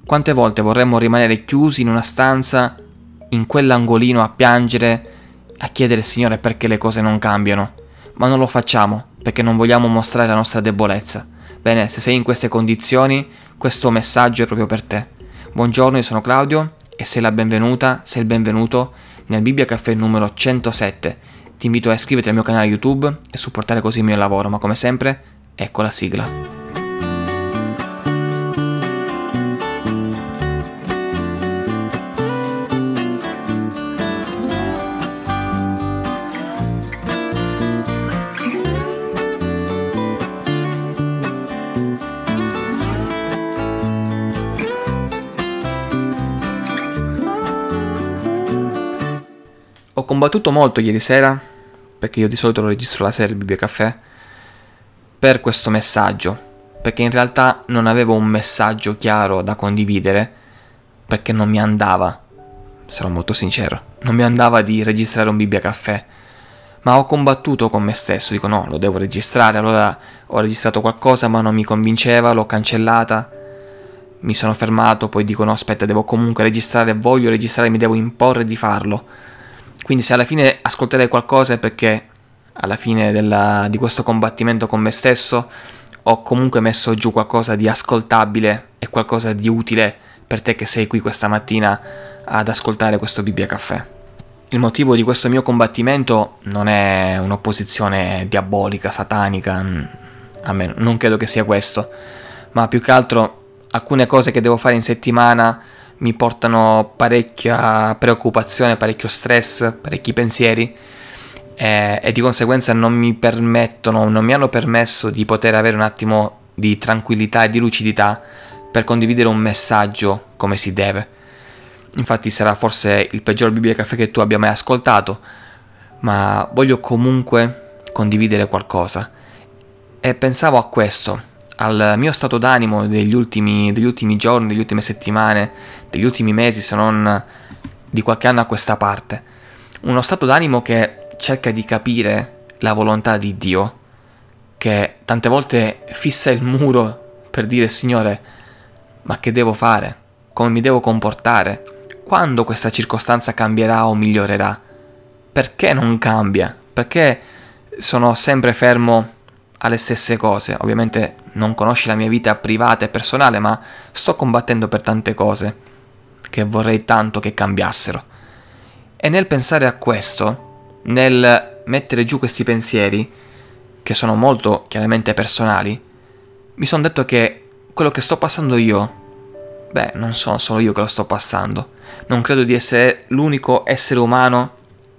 Quante volte vorremmo rimanere chiusi in una stanza, in quell'angolino a piangere, a chiedere al Signore perché le cose non cambiano, ma non lo facciamo perché non vogliamo mostrare la nostra debolezza. Bene, se sei in queste condizioni, questo messaggio è proprio per te. Buongiorno, io sono Claudio e sei la benvenuta, sei il benvenuto nel Bibbia Caffè numero 107. Ti invito a iscriverti al mio canale YouTube e supportare così il mio lavoro, ma come sempre, ecco la sigla. Ho combattuto molto ieri sera, perché io di solito lo registro la sera il Bibbia Caffè, per questo messaggio, perché in realtà non avevo un messaggio chiaro da condividere, perché non mi andava, sarò molto sincero, non mi andava di registrare un Bibbia Caffè, ma ho combattuto con me stesso, dico no, lo devo registrare, allora ho registrato qualcosa ma non mi convinceva, l'ho cancellata, mi sono fermato, poi dico no aspetta, devo comunque registrare, voglio registrare, mi devo imporre di farlo. Quindi se alla fine ascolterai qualcosa è perché alla fine di questo combattimento con me stesso ho comunque messo giù qualcosa di ascoltabile e qualcosa di utile per te che sei qui questa mattina ad ascoltare questo Bibbia Caffè. Il motivo di questo mio combattimento non è un'opposizione diabolica, satanica, almeno non credo che sia questo, ma più che altro alcune cose che devo fare in settimana mi portano parecchia preoccupazione, parecchio stress, parecchi pensieri e di conseguenza non mi hanno permesso di poter avere un attimo di tranquillità e di lucidità per condividere un messaggio come si deve. Infatti sarà forse il peggior Bibbia Caffè che tu abbia mai ascoltato, ma voglio comunque condividere qualcosa. E pensavo a questo, al mio stato d'animo degli ultimi giorni, delle ultime settimane, degli ultimi mesi, se non di qualche anno a questa parte. Uno stato d'animo che cerca di capire la volontà di Dio, che tante volte fissa il muro per dire Signore, ma che devo fare? Come mi devo comportare? Quando questa circostanza cambierà o migliorerà? Perché non cambia? Perché sono sempre fermo alle stesse cose? Ovviamente non conosci la mia vita privata e personale, ma sto combattendo per tante cose che vorrei tanto che cambiassero. E nel pensare a questo, nel mettere giù questi pensieri, che sono molto chiaramente personali, mi sono detto che quello che sto passando io, non sono solo io che lo sto passando. Non credo di essere l'unico essere umano,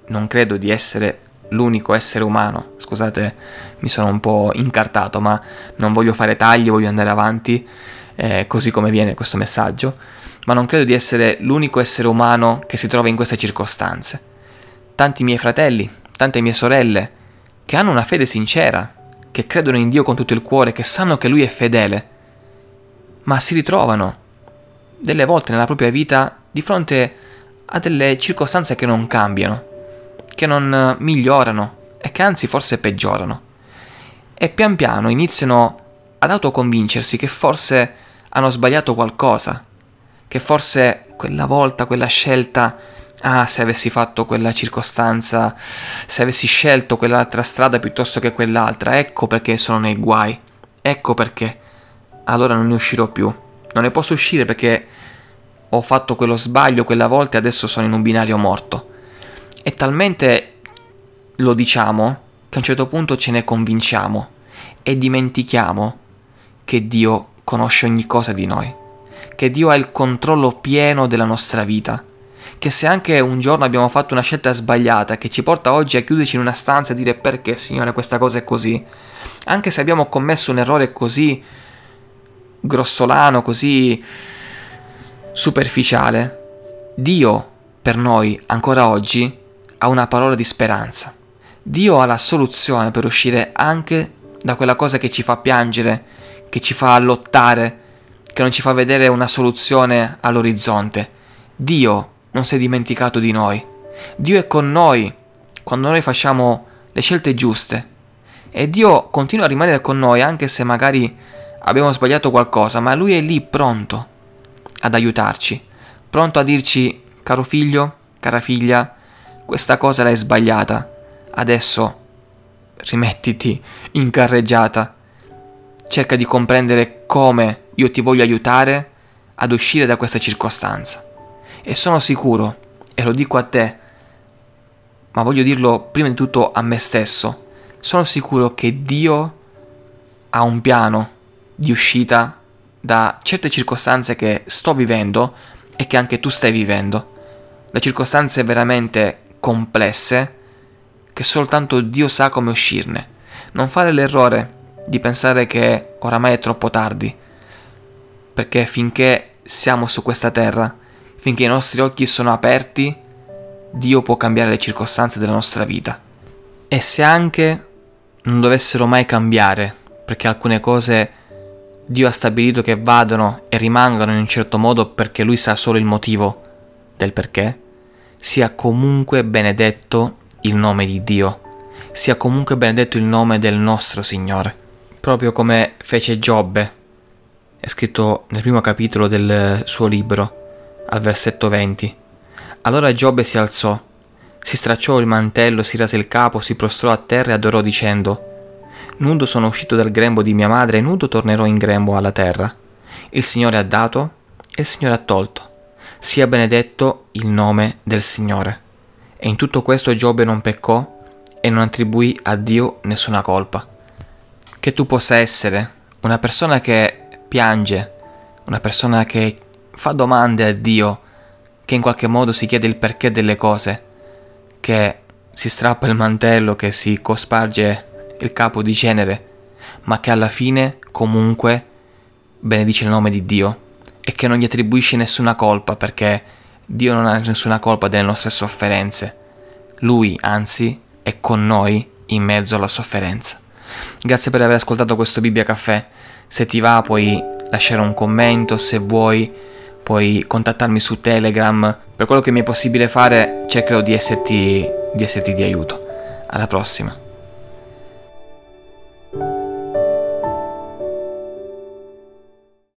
scusate, mi sono un po' incartato, ma non voglio fare tagli, voglio andare avanti, così come viene questo messaggio, ma non credo di essere l'unico essere umano che si trova in queste circostanze. Tanti miei fratelli, tante mie sorelle, che hanno una fede sincera, che credono in Dio con tutto il cuore, che sanno che Lui è fedele, ma si ritrovano delle volte nella propria vita di fronte a delle circostanze che non cambiano, che non migliorano e che anzi forse peggiorano. E pian piano iniziano ad autoconvincersi che forse hanno sbagliato qualcosa, che forse quella volta, quella scelta, se avessi fatto quella circostanza, se avessi scelto quell'altra strada piuttosto che quell'altra, ecco perché sono nei guai, ecco perché allora non ne uscirò più, non ne posso uscire perché ho fatto quello sbaglio quella volta e adesso sono in un binario morto. E talmente lo diciamo che a un certo punto ce ne convinciamo e dimentichiamo che Dio conosce ogni cosa di noi, che Dio ha il controllo pieno della nostra vita, che se anche un giorno abbiamo fatto una scelta sbagliata che ci porta oggi a chiuderci in una stanza e dire perché Signore questa cosa è così, anche se abbiamo commesso un errore così grossolano, così superficiale, Dio per noi ancora oggi ha una parola di speranza. Dio ha la soluzione per uscire anche da quella cosa che ci fa piangere, che ci fa lottare, che non ci fa vedere una soluzione all'orizzonte. Dio non si è dimenticato di noi. Dio è con noi quando noi facciamo le scelte giuste. E Dio continua a rimanere con noi anche se magari abbiamo sbagliato qualcosa, ma Lui è lì pronto ad aiutarci, pronto a dirci: caro figlio, cara figlia, questa cosa l'hai sbagliata, adesso rimettiti in carreggiata, cerca di comprendere come io ti voglio aiutare ad uscire da questa circostanza. E sono sicuro, e lo dico a te, ma voglio dirlo prima di tutto a me stesso, sono sicuro che Dio ha un piano di uscita da certe circostanze che sto vivendo e che anche tu stai vivendo, da circostanze veramente complesse che soltanto Dio sa come uscirne. Non fare l'errore di pensare che oramai è troppo tardi, perché finché siamo su questa terra, finché i nostri occhi sono aperti, Dio può cambiare le circostanze della nostra vita. E se anche non dovessero mai cambiare, perché alcune cose Dio ha stabilito che vadano e rimangano in un certo modo perché Lui sa solo il motivo del perché, sia comunque benedetto il nome di Dio, sia comunque benedetto il nome del nostro Signore, proprio come fece Giobbe. È scritto nel primo capitolo del suo libro, al versetto 20. Allora Giobbe si alzò, si stracciò il mantello, si rase il capo, si prostrò a terra e adorò dicendo: nudo sono uscito dal grembo di mia madre e nudo tornerò in grembo alla terra. Il Signore ha dato e il Signore ha tolto. Sia benedetto il nome del Signore. E in tutto questo Giobbe non peccò e non attribuì a Dio nessuna colpa. Che tu possa essere una persona che piange, una persona che fa domande a Dio, che in qualche modo si chiede il perché delle cose, che si strappa il mantello, che si cosparge il capo di cenere, ma che alla fine comunque benedice il nome di Dio e che non gli attribuisce nessuna colpa, perché Dio non ha nessuna colpa delle nostre sofferenze. Lui, anzi, è con noi in mezzo alla sofferenza. Grazie per aver ascoltato questo Bibbia Caffè. Se ti va puoi lasciare un commento, se vuoi puoi contattarmi su Telegram. Per quello che mi è possibile fare cercherò di esserti di aiuto. Alla prossima.